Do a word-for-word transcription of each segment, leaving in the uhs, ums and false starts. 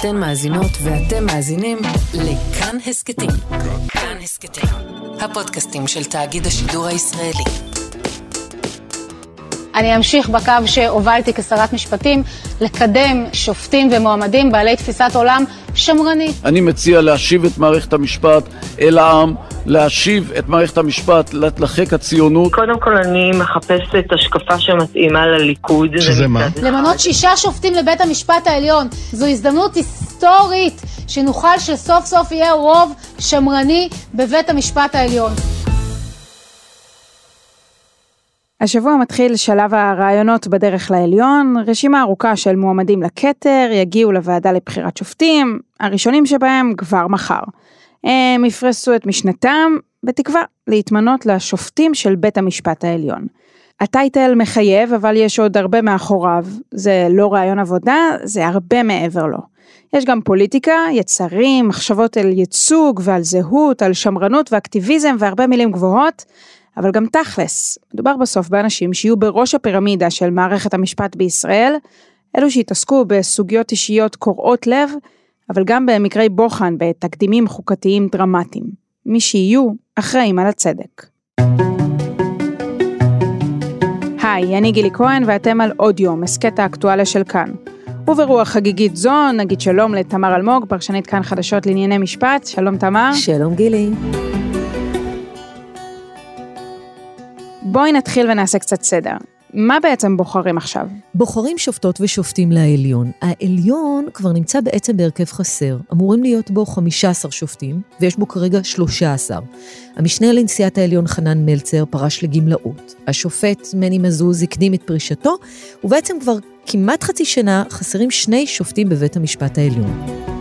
אתן מאזינות ואתם מאזינים לכאן הסקטים. כאן הסקטים, הפודקאסטים של תאגיד השידור הישראלי. אני אמשיך בקו שהובלתי כשרת משפטים, לקדם שופטים ומועמדים בעלי תפיסת עולם שמרנית. אני מציע להשיב את מערכת המשפט אל העם, להשיב את מערכת המשפט לחיק הציונות. קודם כל אני מחפשת השקפה שמתאימה לליכוד. שזה מה? למנות שישה שופטים לבית המשפט העליון. זו הזדמנות היסטורית שנוכל שסוף סוף יהיה רוב שמרני בבית המשפט העליון. השבוע מתחיל שלב הרעיונות בדרך לעליון, רשימה ארוכה של מועמדים לכתר, יגיעו לוועדה לבחירת שופטים, הראשונים שבהם כבר מחר. הם יפרסו את משנתם, בתקווה להתמנות לשופטים של בית המשפט העליון. הטייטל מחייב, אבל יש עוד הרבה מאחוריו, זה לא רעיון עבודה, זה הרבה מעבר לו. יש גם פוליטיקה, יצרים, מחשבות על ייצוג ועל זהות, על שמרנות ואקטיביזם והרבה מילים גבוהות, אבל גם תכלס, מדובר בסוף באנשים שיהיו בראש הפירמידה של מערכת המשפט בישראל, אלו שהתעסקו בסוגיות אישיות קוראות לב, אבל גם במקרי בוחן בתקדימים חוקתיים דרמטיים, מי שיהיו אחראים על הצדק. היי, אני גילי כהן ואתם על עוד יום, הסקט האקטואליה של כאן. וברוח חגיגית זו, נגיד שלום לתמר אלמוג, פרשנית כאן חדשות לענייני משפט. שלום תמר. שלום גילי. בואי נתחיל ונעשה קצת סדר. מה בעצם בוחרים עכשיו? בוחרים שופטות ושופטים לעליון. העליון כבר נמצא בעצם בהרכב חסר. אמורים להיות בו חמישה עשר שופטים, ויש בו כרגע שלושה עשר. המשנה לנשיאת העליון חנן מלצר פרש לגמלאות. השופט מני מזוז הקדים את פרישתו, ובעצם כבר כמעט חצי שנה חסרים שני שופטים בבית המשפט העליון.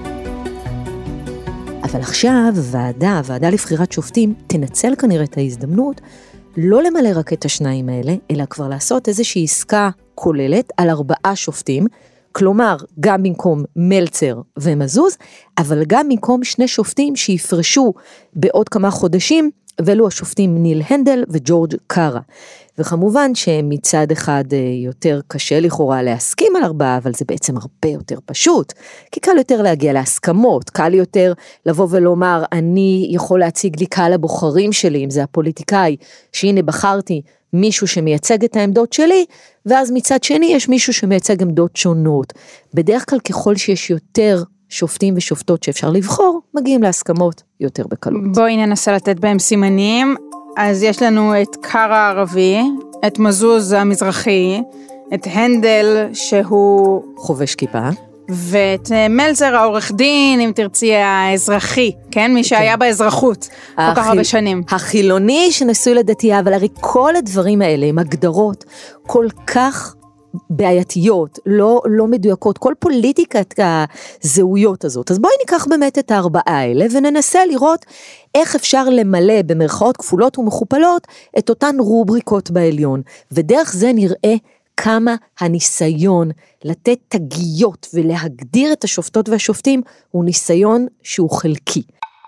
אבל עכשיו הוועדה, הוועדה לבחירת שופטים, תנצל כנראה את ההזדמנות לא למלא רק את השניים האלה, אלא כבר לעשות איזושהי עסקה כוללת על ארבעה שופטים, כלומר, גם במקום מלצר ומזוז, אבל גם במקום שני שופטים שיפרשו בעוד כמה חודשים, ואלו השופטים ניל הנדל וג'ורג' קארה. וכמובן שמצד אחד יותר קשה לכאורה להסכים על ארבעה, אבל זה בעצם הרבה יותר פשוט, כי קל יותר להגיע להסכמות, קל יותר לבוא ולומר, אני יכול להציג לי קהל הבוחרים שלי, אם זה הפוליטיקאי, שהנה בחרתי מישהו שמייצג את העמדות שלי, ואז מצד שני יש מישהו שמייצג עמדות שונות. בדרך כלל ככל שיש יותר שופטים ושופטות שאפשר לבחור, מגיעים להסכמות יותר בקלות. בואי ננסה לתת בהם סימנים. אז יש לנו את קארה הערבי, את מזוז המזרחי, את הנדל שהוא חובש כיפה, ואת מלצר העורך דין, אם תרצי, האזרחי, כן? מי שהיה באזרחות כל כך הרבה שנים. החילוני שנשוי לדתייה, אבל הרי כל הדברים האלה הם הגדרות כל כך בעייתיות, לא, לא מדויקות, כל פוליטיקת הזהויות הזאת. אז בואי ניקח באמת את הארבעה האלה, וננסה לראות איך אפשר למלא במרכאות כפולות ומכופלות, את אותן רובריקות בעליון. ודרך זה נראה כמה הניסיון לתת תגיות, ולהגדיר את השופטות והשופטים, הוא ניסיון שהוא חלקי.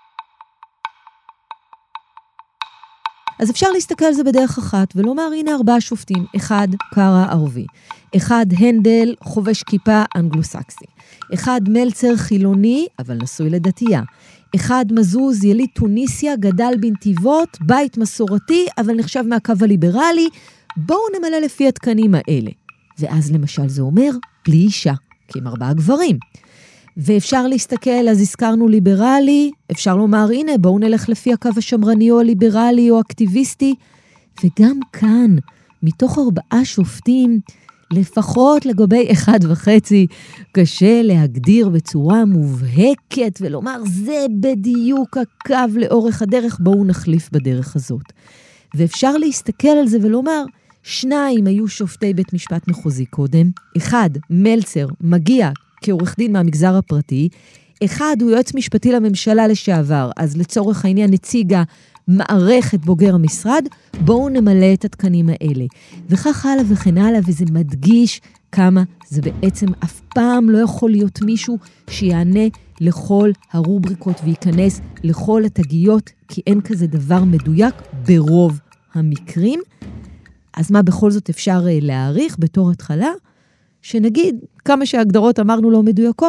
אז אפשר להסתכל על זה בדרך אחת, ולומר, הנה ארבעה שופטים, אחד קארה ערבי, אחד הנדל חובש כיפה אנגלוסקסי, אחד מלצר חילוני, אבל נשוי לדתייה, אחד מזוז יליד טוניסיה, גדל בנתיבות, בית מסורתי, אבל נחשב מהקו הליברלי, בואו נמלא לפי התקנים האלה. ואז למשל זה אומר, בלי אישה, כי הם ארבעה גברים. ואפשר להסתכל, אז הזכרנו ליברלי, אפשר לומר, הנה, בואו נלך לפי הקו השמרני או הליברלי או אקטיביסטי, וגם כאן, מתוך ארבעה שופטים, לפחות לגבי אחד וחצי, קשה להגדיר בצורה מובהקת, ולומר, זה בדיוק הקו לאורך הדרך, בואו נחליף בדרך הזאת. ואפשר להסתכל על זה ולומר, שניים היו שופטי בית משפט מחוזי קודם, אחד, מלצר, מגיע, כעורך דין מהמגזר הפרטי, אחד הוא יועץ משפטי לממשלה לשעבר, אז לצורך העניין נציגה מערכת בוגר המשרד, בואו נמלא את התקנים האלה. וכך הלאה וכן הלאה, וזה מדגיש כמה זה בעצם אף פעם לא יכול להיות מישהו שיענה לכל הרובריקות וייכנס לכל התגיות, כי אין כזה דבר מדויק ברוב המקרים. אז מה בכל זאת אפשר להעריך בתור התחלה? שנגיד, כמה שההגדרות אמרנו לא מדויקות,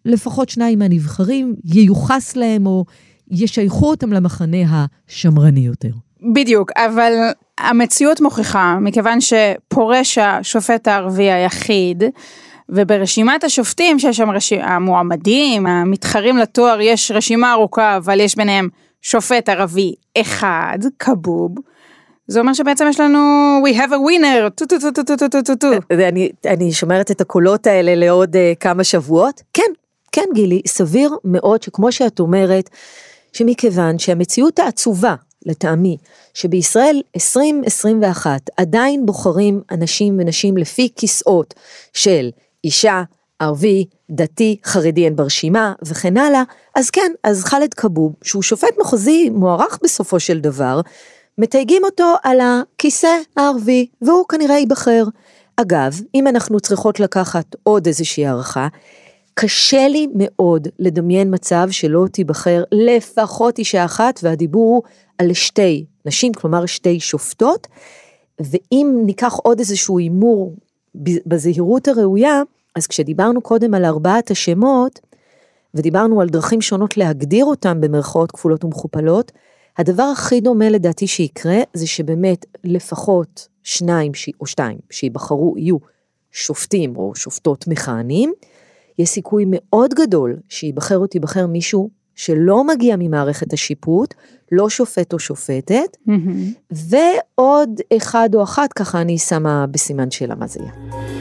לפחות שניים מהנבחרים ייוחס להם או ישייכו אותם למחנה השמרני יותר. בדיוק, אבל המציאות מוכיחה, מכיוון שפורש השופט הערבי היחיד, וברשימת השופטים שיש שם רש... המועמדים, המתחרים לתואר, יש רשימה ארוכה, אבל יש ביניהם שופט ערבי אחד, כבוב, זה אומר שבעצם יש לנו we have a winner, טו טו טו טו טו טו טו טו. אני, אני שומרת את הקולות האלה לעוד uh, כמה שבועות. כן, כן גילי, סביר מאוד שכמו שאת אומרת, שמכיוון שהמציאות העצובה, לטעמי, שבישראל עשרים עשרים ואחת עדיין בוחרים אנשים ונשים לפי כיסאות של אישה, ערבי, דתי, חרדי אין ברשימה וכן הלאה, אז כן, אז חאלד כבוב, שהוא שופט מחוזי מוערך בסופו של דבר, מתייגים אותו על הכיסא הערבי, והוא כנראה ייבחר. אגב, אם אנחנו צריכות לקחת עוד איזושהי הערכה, קשה לי מאוד לדמיין מצב שלא תיבחר לפחות אישה אחת, והדיבור הוא על שתי נשים, כלומר שתי שופטות, ואם ניקח עוד איזשהו אימור בזהירות הראויה, אז כשדיברנו קודם על ארבעת השמות, ודיברנו על דרכים שונות להגדיר אותם במרכאות כפולות ומכופלות, הדבר הכי דומה לדעתי שיקרה, זה שבאמת לפחות שניים או שתיים שיבחרו יהיו שופטים או שופטות מכהנים, יש סיכוי מאוד גדול שיבחר או תיבחר מישהו שלא מגיע ממערכת השיפוט, לא שופט או שופטת, mm-hmm. ועוד אחד או אחת, ככה אני שמה בסימן שאלה מה זה יהיה.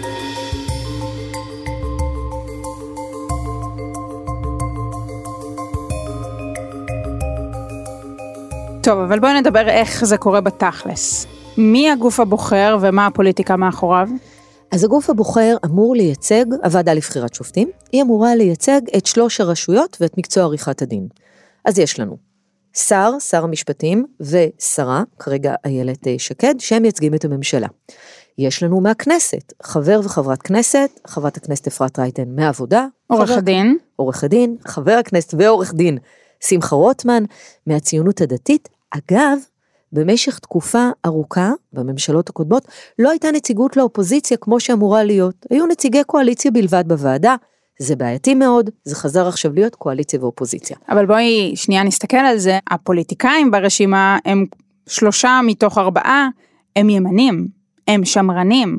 טוב, אבל בואי נדבר איך זה קורה בתכלס. מי הגוף הבוחר ומה הפוליטיקה מאחוריו? אז הגוף הבוחר אמור לייצג, הוועדה לבחירת שופטים, היא אמורה לייצג את שלוש הרשויות ואת מקצוע עריכת הדין. אז יש לנו שר, שר המשפטים ושרה, כרגע איילת שקד, שהם מייצגים את הממשלה. יש לנו מהכנסת, חבר וחברת כנסת, חברת הכנסת אפרת רייטן מהעבודה. עורך חבר, הדין. עורך הדין, חבר הכנסת ועורך דין שמחה רוטמן מהציונות הדתית. אגב, במשך תקופה ארוכה, בממשלות הקודמות, לא הייתה נציגות לאופוזיציה כמו שאמורה להיות. היו נציגי קואליציה בלבד בוועדה, זה בעייתי מאוד, זה חזר עכשיו להיות קואליציה ואופוזיציה. אבל בואי שנייה נסתכל על זה, הפוליטיקאים ברשימה הם שלושה מתוך ארבעה, הם ימנים, הם שמרנים,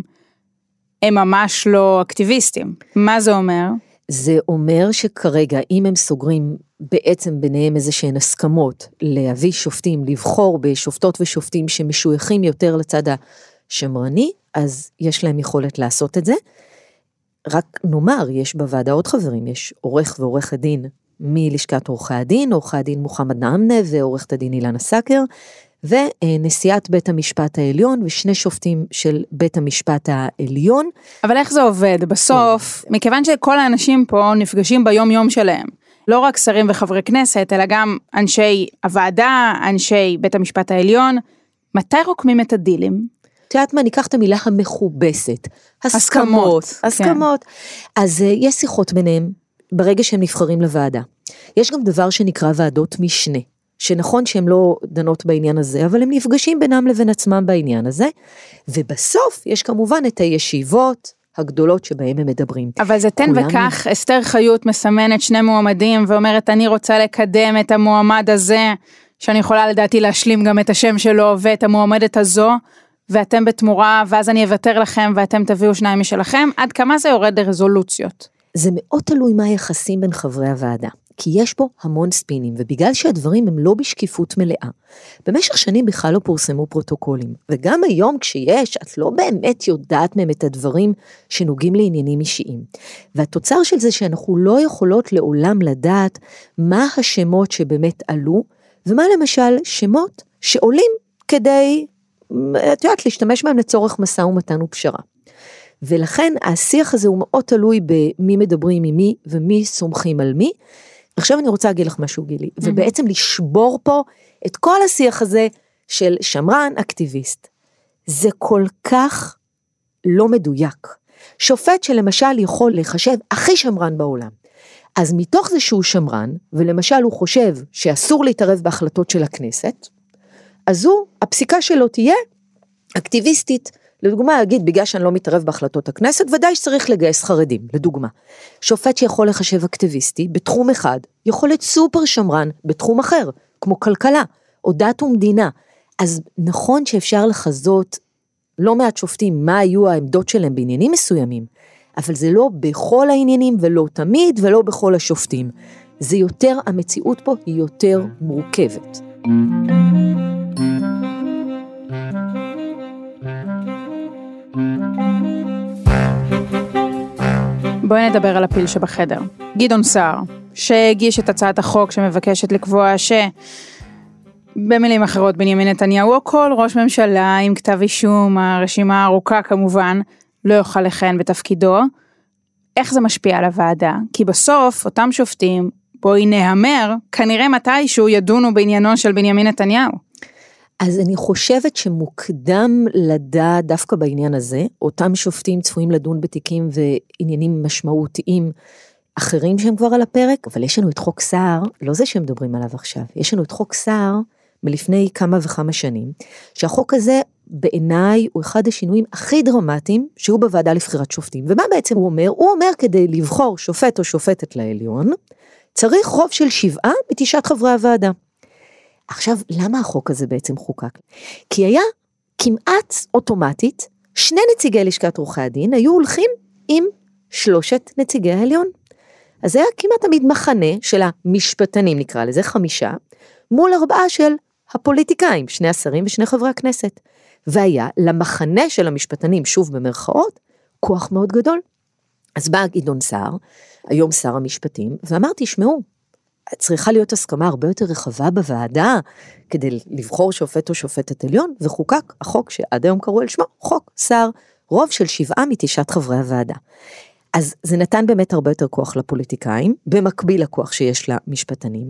הם ממש לא אקטיביסטים. מה זה אומר? זה אומר שכרגע, אם הם סוגרים בעצם ביניהם איזה שהן הסכמות להביא שופטים, לבחור בשופטות ושופטים שמשויכים יותר לצד השמרני, אז יש להם יכולת לעשות את זה. רק נאמר, יש בוועדה עוד חברים, יש עורך ועורך הדין מלשכת עורכי הדין, עורכי הדין מוחמד נעמנה ועורכת הדין אילנה סקר, ונשיאת בית המשפט העליון ושני שופטים של בית המשפט העליון. אבל איך זה עובד? בסוף, מכיוון שכל האנשים פה נפגשים ביום יום שלהם, לא רק שרים וחברי כנסת, אלא גם אנשי הוועדה, אנשי בית המשפט העליון, מתי רוקמים את הדילים? את יודעת מה, ניקח את המילה המכובסת, הסכמות, הסכמות. הסכמות. כן. אז יש שיחות ביניהם, ברגע שהם נבחרים לוועדה. יש גם דבר שנקרא ועדות משנה, שנכון שהן לא דנות בעניין הזה, אבל הם נפגשים בינם לבין עצמם בעניין הזה, ובסוף יש כמובן את הישיבות הגדולות שבהם הם מדברים. אבל זה תן כולם... וכך, אסתר חיות מסמנת שני מועמדים, ואומרת אני רוצה לקדם את המועמד הזה, שאני יכולה לדעתי להשלים גם את השם שלו, ואת המועמדת הזו, ואתם בתמורה, ואז אני אוותר לכם, ואתם תביאו שניים משלכם, עד כמה זה יורד לרזולוציות? זה מאוד תלוי מה היחסים בין חברי הוועדה. כי יש פה המון ספינים, ובגלל שהדברים הם לא בשקיפות מלאה, במשך שנים בכלל לא פורסמו פרוטוקולים, וגם היום כשיש, את לא באמת יודעת מהם את הדברים שנוגעים לעניינים אישיים, והתוצר של זה שאנחנו לא יכולות לעולם לדעת מה השמות שבאמת עלו, ומה למשל שמות שעולים כדי, את יודעת, להשתמש בהם לצורך מסע ומתן ופשרה. ולכן השיח הזה הוא מאוד תלוי במי מדברים עם מי, ומי סומכים על מי. עכשיו אני רוצה להגיד לך משהו גילי, mm-hmm. ובעצם לשבור פה את כל השיח הזה של שמרן אקטיביסט. זה כל כך לא מדויק. שופט שלמשל יכול לחשב הכי שמרן בעולם. אז מתוך זה שהוא שמרן, ולמשל הוא חושב שאסור להתערב בהחלטות של הכנסת, אז הוא, הפסיקה שלו תהיה אקטיביסטית, לדוגמה, אגיד, בגלל שאני לא מתערב בהחלטות הכנסת, ודאי שצריך לגייס חרדים, לדוגמה. שופט שיכול לחשב אקטיביסטי בתחום אחד, יכול להיות סופר שמרן בתחום אחר, כמו כלכלה, או דת ומדינה. אז נכון שאפשר לחזות לא מעט שופטים מה היו העמדות שלהם בעניינים מסוימים, אבל זה לא בכל העניינים ולא תמיד ולא בכל השופטים. זה יותר, המציאות פה היא יותר מורכבת. בואי נדבר על הפיל שבחדר. גדעון סער, שהגיש את הצעת החוק שמבקשת לקבוע ש... במילים אחרות, בנימין נתניהו, או כל ראש ממשלה עם כתב אישום, הרשימה הארוכה כמובן, לא יוכל לכהן בתפקידו. איך זה משפיע על הוועדה? כי בסוף, אותם שופטים, בואי נאמר, כנראה מתישהו ידונו בעניינו של בנימין נתניהו. אז אני חושבת שמוקדם לדעת דווקא בעניין הזה, אותם שופטים צפויים לדון בתיקים ועניינים משמעותיים אחרים שהם כבר על הפרק, אבל יש לנו את חוק סער, לא זה שהם מדברים עליו עכשיו, יש לנו את חוק סער מלפני כמה וכמה שנים, שהחוק הזה בעיניי הוא אחד השינויים הכי דרמטיים שהוא בוועדה לבחירת שופטים. ומה בעצם הוא אומר? הוא אומר כדי לבחור שופט או שופטת לעליון, צריך רוב של שבעה מתשעת חברי הוועדה. עכשיו, למה החוק הזה בעצם חוקק? כי היה כמעט אוטומטית, שני נציגי לשכת עורכי הדין היו הולכים עם שלושת נציגי העליון. אז זה היה כמעט תמיד מחנה של המשפטנים, נקרא לזה חמישה, מול ארבעה של הפוליטיקאים, שני השרים ושני חברי הכנסת. והיה למחנה של המשפטנים, שוב במרכאות, כוח מאוד גדול. אז בא גדעון סער, היום שר המשפטים, ואמרתי, שמעו, צריכה להיות הסכמה הרבה יותר רחבה בוועדה, כדי לבחור שופט או שופטת עליון, וחוקק החוק שעד היום קראו על שמו, חוק סער, רוב של שבעה מתשעת חברי הוועדה. אז זה נתן באמת הרבה יותר כוח לפוליטיקאים, במקביל לכוח שיש למשפטנים,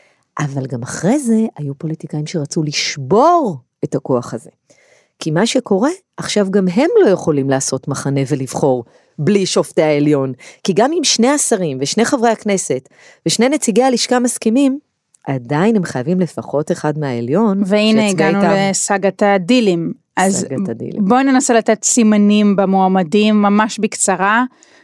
אבל גם אחרי זה היו פוליטיקאים שרצו לשבור את הכוח הזה. כי מה שקורה, עכשיו גם הם לא יכולים לעשות מחנה ולבחור בלי שופטי העליון, כי גם אם שני השרים ושני חברי הכנסת ושני נציגי הלשכה מסכימים, עדיין הם חייבים לפחות אחד מהעליון. והנה הגענו לסגת הדילים. אז בואי ננסה לתת סימנים במועמדים ממש בקצרה,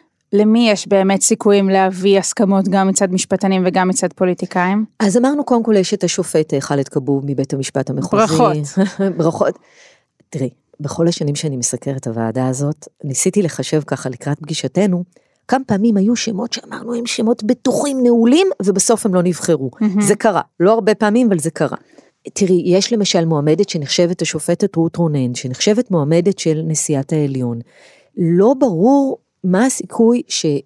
למי יש באמת סיכויים להביא הסכמות גם מצד משפטנים וגם מצד פוליטיקאים? אז אמרנו קודם כל יש את השופט ח'אלד כבוב מבית המשפט המחוזי. ברכות. ברכות. תראי, בכל השנים שאני מסקר את הוועדה הזאת, ניסיתי לחשב ככה לקראת פגישתנו, כמה פעמים היו שמות שאמרנו הם שמות בטוחים, נעולים, ובסוף הם לא נבחרו. Mm-hmm. זה קרה, לא הרבה פעמים, אבל זה קרה. תראי, יש למשל מועמדת שנחשבת השופטת רות רונן, שנחשבת מועמדת של נשיאת העליון. לא ברור מה הסיכוי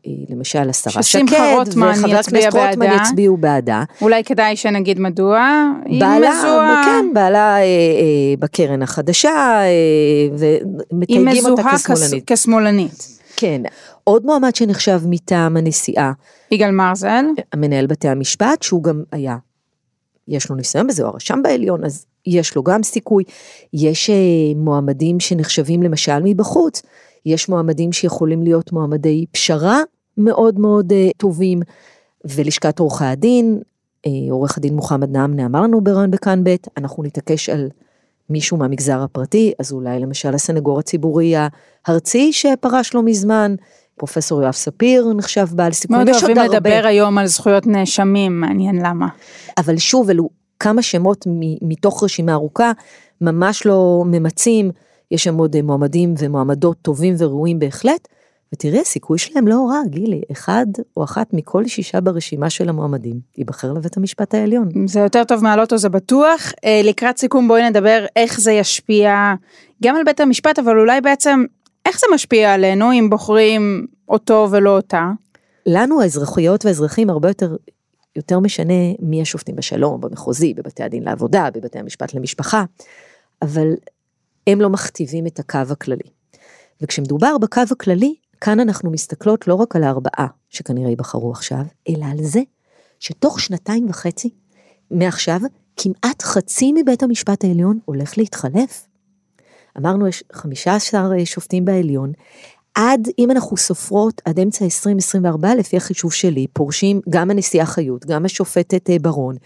שלמשל השרה שקד וחבר הכנסת רוטמן יצביעו בעדה. אולי כדאי שנגיד מדוע? בעלה, כן, בעלה בקרן החדשה, ומתייגים אותה כשמאלנית. כשמאלנית. כן, עוד מועמד שנחשב מטעם הנשיאה. יגאל מרזל. המנהל בתי המשפט, שהוא גם היה, יש לו ניסיון בזה, הוא הרשם בעליון, אז יש לו גם סיכוי. יש מועמדים שנחשבים למשל מבחוץ, יש מועמדים שיכולים להיות מועמדי פשרה מאוד מאוד uh, טובים, ולשכת עורכי הדין, uh, עורך הדין מוחמד נאמנה אמר לנו ברן בכאן בית, אנחנו נתעקש על מישהו מהמגזר הפרטי, אז אולי למשל הסנגור הציבורי הארצי שפרש לו מזמן, פרופסור יואב ספיר נחשב בעל סיכוי. מאוד אוהבים לדבר היום על זכויות נאשמים, מעניין למה. אבל שוב, אלו כמה שמות מתוך רשימה ארוכה, ממש לא ממצים, יש שם עוד מועמדים ומועמדות טובים וראויים בהחלט, ותראה, הסיכוי שלהם לא רע, גילי, אחד או אחת מכל שישה ברשימה של המועמדים, ייבחר לבית המשפט העליון. זה יותר טוב מעלות או זה בטוח. לקראת סיכום בואי נדבר איך זה ישפיע גם על בית המשפט, אבל אולי בעצם איך זה משפיע עלינו אם בוחרים אותו ולא אותה? לנו האזרחיות והאזרחים הרבה יותר, יותר משנה מי השופטים בשלום, במחוזי, בבתי הדין לעבודה, בבתי המשפט למשפחה, אבל הם לא מכתיבים את הקו הכללי. וכשמדובר בקו הכללי, כאן אנחנו מסתכלות לא רק על הארבעה שכנראה ייבחרו עכשיו, אלא על זה שתוך שנתיים וחצי, מעכשיו, כמעט חצי מבית המשפט העליון הולך להתחלף. אמרנו, יש חמישה עשר שופטים בעליון, עד, אם אנחנו סופרות, עד אמצע עשרים עשרים וארבע, לפי החישוב שלי, פורשים גם הנשיאה חיות, גם השופטת ברון,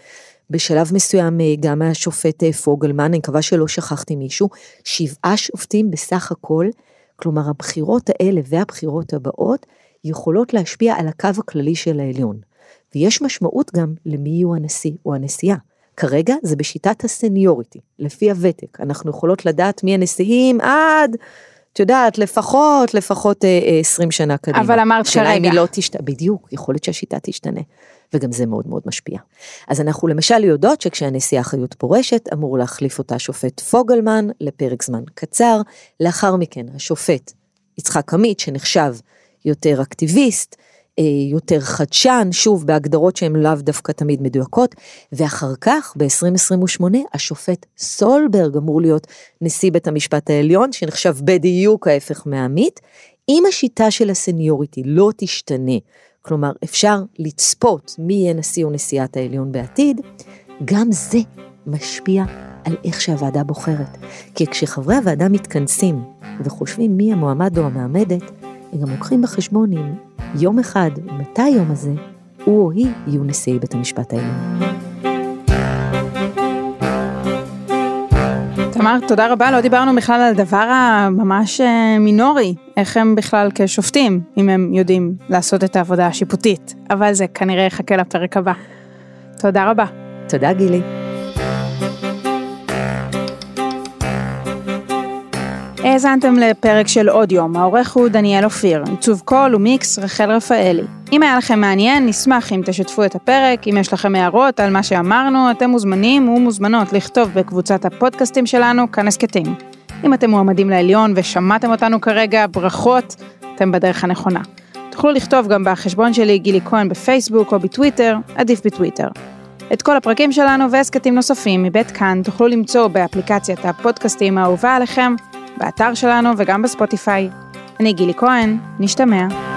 בשלב מסוים גם השופט פוגלמן, אני מקווה שלא שכחתי מישהו, שבעה שופטים בסך הכל, כלומר הבחירות האלה והבחירות הבאות, יכולות להשפיע על הקו הכללי של העליון. ויש משמעות גם למי יהיו הנשיא או הנשיאה. כרגע זה בשיטת הסניוריטי, לפי הוותק. אנחנו יכולות לדעת מי הנשיאים עד, את יודעת, לפחות, לפחות עשרים שנה קדימה. אבל אמרת כרגע. לא תשת... בדיוק, יכול להיות שהשיטה תשתנה. וגם זה מאוד מאוד משפיע. אז אנחנו למשל יודעות שכשהנשיאה חיות פורשת, אמור להחליף אותה שופט פוגלמן לפרק זמן קצר, לאחר מכן השופט יצחק עמית שנחשב יותר אקטיביסט, יותר חדשן, שוב בהגדרות שהן לאו דווקא תמיד מדויקות, ואחר כך ב-עשרים עשרים ושמונה השופט סולברג אמור להיות נשיא בית המשפט העליון, שנחשב בדיוק ההפך מעמית, אם השיטה של הסניוריטי לא תשתנה, כלומר אפשר לצפות מי יהיה נשיא או נשיאת העליון בעתיד, גם זה משפיע על איך שהוועדה בוחרת, כי כשחברי הוועדה מתכנסים וחושבים מי המועמד או המעמדת, הם גם לוקחים בחשבון אם יום אחד, מתי היום הזה, הוא או היא יהיו נשיאי בית המשפט העליון. תמר, תודה רבה, לא דיברנו בכלל על הדבר הממש מינורי, איך הם בכלל כשופטים, אם הם יודעים לעשות את העבודה השיפוטית, אבל זה כנראה יחכה לפרק הבא. תודה רבה. תודה גילי. האזנתם לפרק של עוד יום, העורך הוא דניאל אופיר, עיצוב קול ומיקס רחל רפאלי. אם היה לכם מעניין, נשמח אם תשתפו את הפרק, אם יש לכם הערות על מה שאמרנו, אתם מוזמנים ומוזמנות לכתוב בקבוצת הפודקאסטים שלנו, כאן הסקטים. אם אתם מועמדים לעליון ושמעתם אותנו כרגע, ברכות, אתם בדרך הנכונה. תוכלו לכתוב גם בחשבון שלי גילי כהן בפייסבוק או בטוויטר, עדיף בטוויטר. את כל הפרקים שלנו והסקטים נוספים מבית כאן תוכלו למצוא באפליקציית הפודקאסטים האהובה עליכם, באתר שלנו וגם בספוטיפיי. אני גילי כהן, נשתמע.